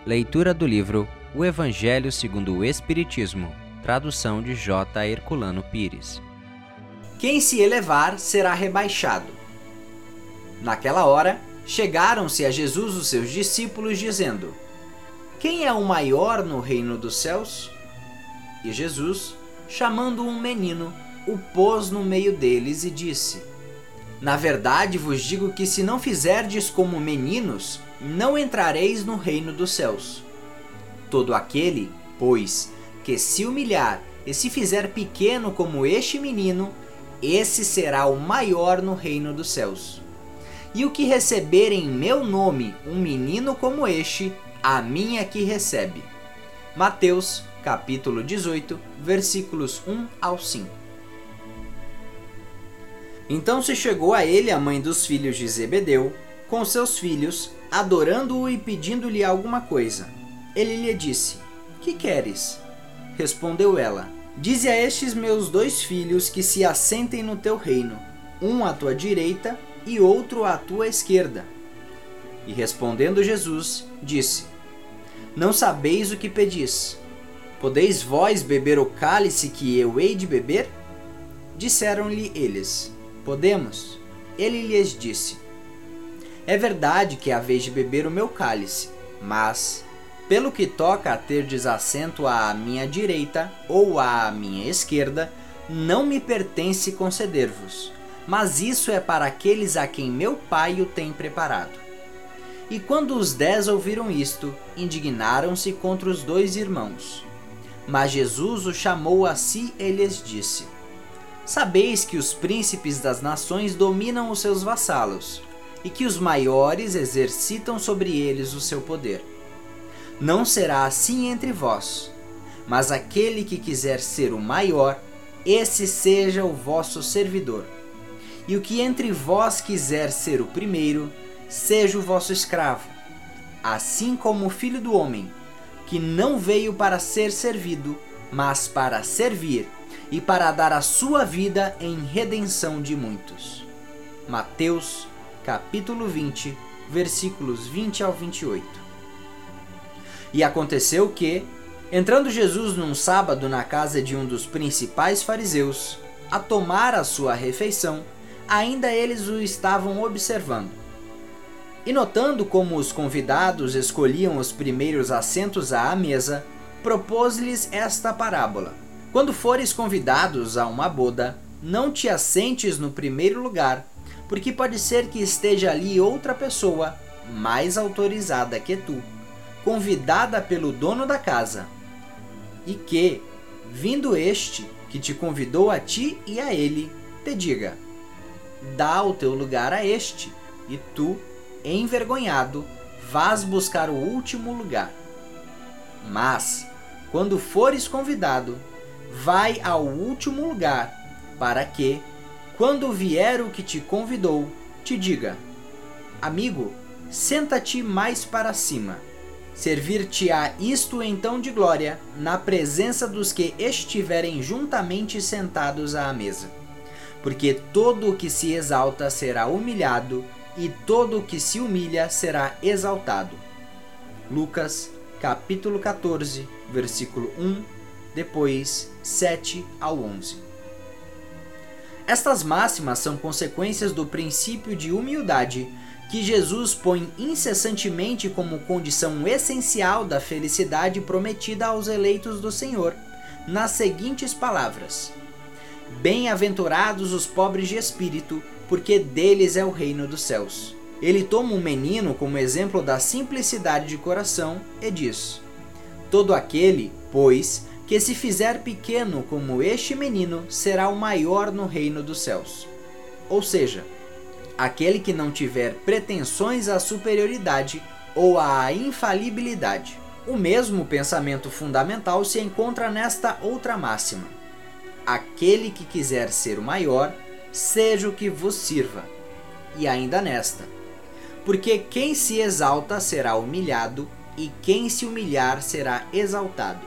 Leitura do livro O Evangelho segundo o Espiritismo, tradução de J. Herculano Pires. Quem se elevar será rebaixado. Naquela hora, chegaram-se a Jesus os seus discípulos, dizendo: Quem é o maior no reino dos céus? E Jesus, chamando um menino, o pôs no meio deles e disse: Na verdade vos digo que se não fizerdes como meninos, não entrareis no reino dos céus. Todo aquele, pois, que se humilhar e se fizer pequeno como este menino, esse será o maior no reino dos céus. E o que receber em meu nome um menino como este, a mim é que recebe. Mateus, capítulo 18, versículos 1 ao 5. Então se chegou a ele a mãe dos filhos de Zebedeu, com seus filhos, adorando-o e pedindo-lhe alguma coisa. Ele lhe disse: Que queres? Respondeu ela: Dize a estes meus 2 filhos que se assentem no teu reino, um à tua direita e outro à tua esquerda. E respondendo Jesus, disse: Não sabeis o que pedis. Podeis vós beber o cálice que eu hei de beber? Disseram-lhe eles: Podemos. Ele lhes disse: É verdade que haveis de beber o meu cálice, mas, pelo que toca a terdes assento à minha direita ou à minha esquerda, não me pertence conceder-vos, mas isso é para aqueles a quem meu Pai o tem preparado. E quando os 10 ouviram isto, indignaram-se contra os 2 irmãos. Mas Jesus os chamou a si e lhes disse: Sabeis que os príncipes das nações dominam os seus vassalos, e que os maiores exercitam sobre eles o seu poder. Não será assim entre vós, mas aquele que quiser ser o maior, esse seja o vosso servidor. E o que entre vós quiser ser o primeiro, seja o vosso escravo, assim como o Filho do Homem, que não veio para ser servido, mas para servir, e para dar a sua vida em redenção de muitos. Mateus, capítulo 20, versículos 20 ao 28. E aconteceu que, entrando Jesus num sábado na casa de um dos principais fariseus, a tomar a sua refeição, ainda eles o estavam observando. E notando como os convidados escolhiam os primeiros assentos à mesa, propôs-lhes esta parábola: Quando fores convidados a uma boda, não te assentes no primeiro lugar, porque pode ser que esteja ali outra pessoa, mais autorizada que tu, convidada pelo dono da casa, e que, vindo este, que te convidou a ti e a ele, te diga: Dá o teu lugar a este, e tu, envergonhado, vás buscar o último lugar. Mas, quando fores convidado, vai ao último lugar, para que, quando vier o que te convidou, te diga: Amigo, senta-te mais para cima. Servir-te-á isto então de glória, na presença dos que estiverem juntamente sentados à mesa. Porque todo o que se exalta será humilhado, e todo o que se humilha será exaltado. Lucas, capítulo 14, versículo 1, depois 7 ao 11. Estas máximas são consequências do princípio de humildade que Jesus põe incessantemente como condição essencial da felicidade prometida aos eleitos do Senhor, nas seguintes palavras: Bem-aventurados os pobres de espírito, porque deles é o reino dos céus. Ele toma um menino como exemplo da simplicidade de coração e diz: Todo aquele, pois, que se fizer pequeno como este menino, será o maior no reino dos céus. Ou seja, aquele que não tiver pretensões à superioridade ou à infalibilidade. O mesmo pensamento fundamental se encontra nesta outra máxima: Aquele que quiser ser o maior, seja o que vos sirva. E ainda nesta: Porque quem se exalta será humilhado, e quem se humilhar será exaltado.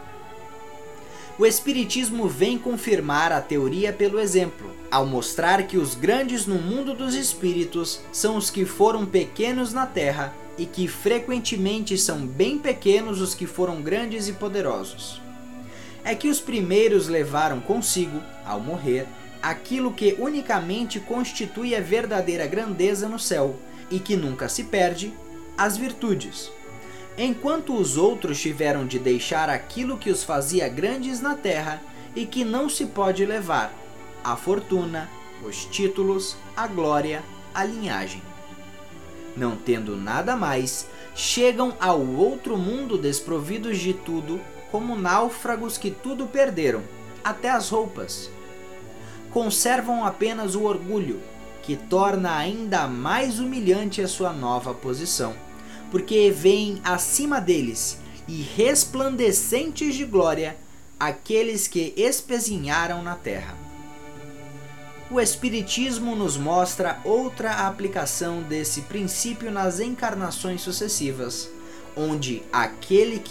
O Espiritismo vem confirmar a teoria pelo exemplo, ao mostrar que os grandes no mundo dos espíritos são os que foram pequenos na terra e que frequentemente são bem pequenos os que foram grandes e poderosos. É que os primeiros levaram consigo, ao morrer, aquilo que unicamente constitui a verdadeira grandeza no céu e que nunca se perde, as virtudes, enquanto os outros tiveram de deixar aquilo que os fazia grandes na terra e que não se pode levar, a fortuna, os títulos, a glória, a linhagem. Não tendo nada mais, chegam ao outro mundo desprovidos de tudo, como náufragos que tudo perderam, até as roupas. Conservam apenas o orgulho, que torna ainda mais humilhante a sua nova posição, porque veem acima deles e resplandecentes de glória aqueles que espezinharam na terra. O Espiritismo nos mostra outra aplicação desse princípio nas encarnações sucessivas, onde aqueles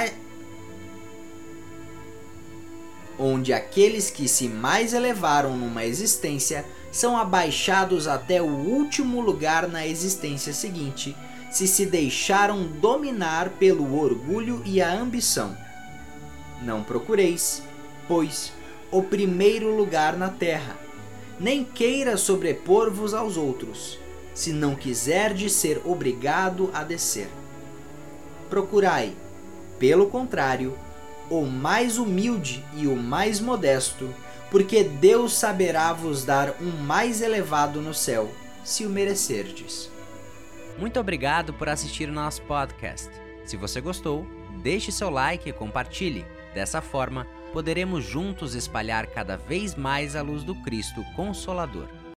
que se mais elevaram numa existência são abaixados até o último lugar na existência seguinte, se deixaram dominar pelo orgulho e a ambição. Não procureis, pois, o primeiro lugar na terra, nem queira sobrepor-vos aos outros, se não quiserdes ser obrigado a descer. Procurai, pelo contrário, o mais humilde e o mais modesto, porque Deus saberá vos dar um mais elevado no céu, se o merecerdes. Muito obrigado por assistir o nosso podcast. Se você gostou, deixe seu like e compartilhe. Dessa forma, poderemos juntos espalhar cada vez mais a luz do Cristo Consolador.